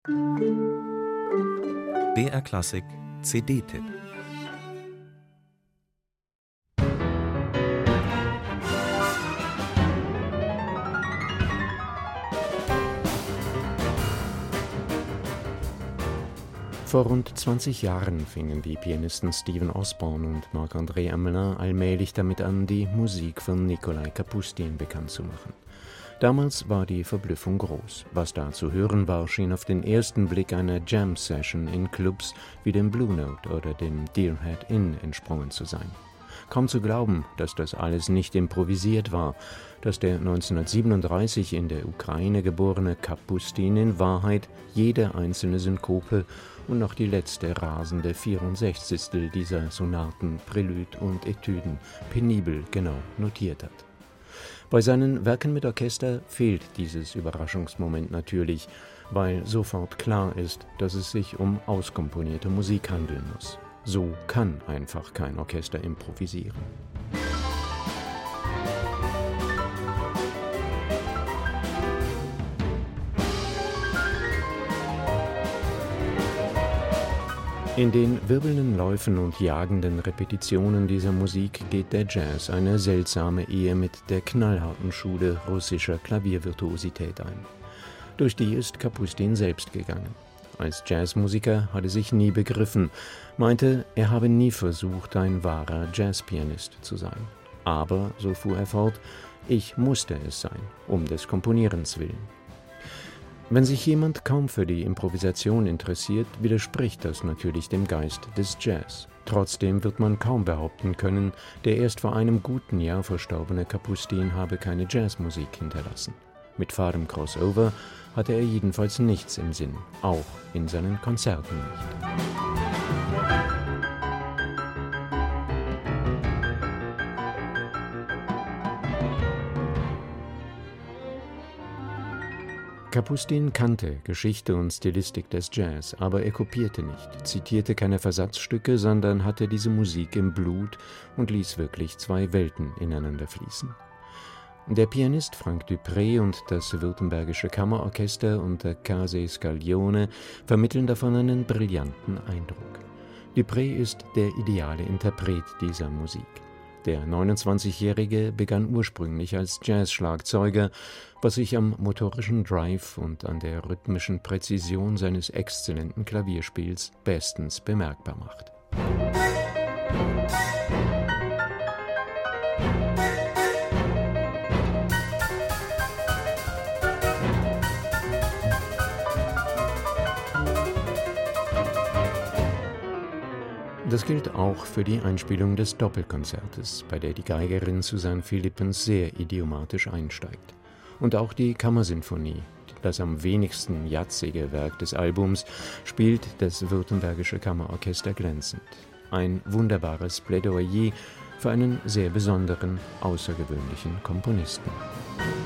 BR Klassik CD-Tipp. Vor rund 20 Jahren fingen die Pianisten Stephen Osborne und Marc-André Hamelin allmählich damit an, die Musik von Nikolai Kapustin bekannt zu machen. Damals war die Verblüffung groß. Was da zu hören war, schien auf den ersten Blick einer Jam-Session in Clubs wie dem Blue Note oder dem Deerhead Inn entsprungen zu sein. Kaum zu glauben, dass das alles nicht improvisiert war, dass der 1937 in der Ukraine geborene Kapustin in Wahrheit jede einzelne Synkope und noch die letzte rasende 64. dieser Sonaten, Prälud und Etüden penibel genau notiert hat. Bei seinen Werken mit Orchester fehlt dieses Überraschungsmoment natürlich, weil sofort klar ist, dass es sich um auskomponierte Musik handeln muss. So kann einfach kein Orchester improvisieren. In den wirbelnden Läufen und jagenden Repetitionen dieser Musik geht der Jazz eine seltsame Ehe mit der knallharten Schule russischer Klaviervirtuosität ein. Durch die ist Kapustin selbst gegangen. Als Jazzmusiker hatte sich nie begriffen, meinte, er habe nie versucht, ein wahrer Jazzpianist zu sein. Aber, so fuhr er fort, ich musste es sein, um des Komponierens willen. Wenn sich jemand kaum für die Improvisation interessiert, widerspricht das natürlich dem Geist des Jazz. Trotzdem wird man kaum behaupten können, der erst vor einem guten Jahr verstorbene Kapustin habe keine Jazzmusik hinterlassen. Mit fahrem Crossover hatte er jedenfalls nichts im Sinn, auch in seinen Konzerten nicht. Kapustin kannte Geschichte und Stilistik des Jazz, aber er kopierte nicht, zitierte keine Versatzstücke, sondern hatte diese Musik im Blut und ließ wirklich zwei Welten ineinander fließen. Der Pianist Frank Dupré und das Württembergische Kammerorchester unter Case Scaglione vermitteln davon einen brillanten Eindruck. Dupré ist der ideale Interpret dieser Musik. Der 29-Jährige begann ursprünglich als Jazz-Schlagzeuger, was sich am motorischen Drive und an der rhythmischen Präzision seines exzellenten Klavierspiels bestens bemerkbar macht. Das gilt auch für die Einspielung des Doppelkonzertes, bei der die Geigerin Suzanne Philippens sehr idiomatisch einsteigt. Und auch die Kammersinfonie, das am wenigsten jazzige Werk des Albums, spielt das Württembergische Kammerorchester glänzend. Ein wunderbares Plädoyer für einen sehr besonderen, außergewöhnlichen Komponisten.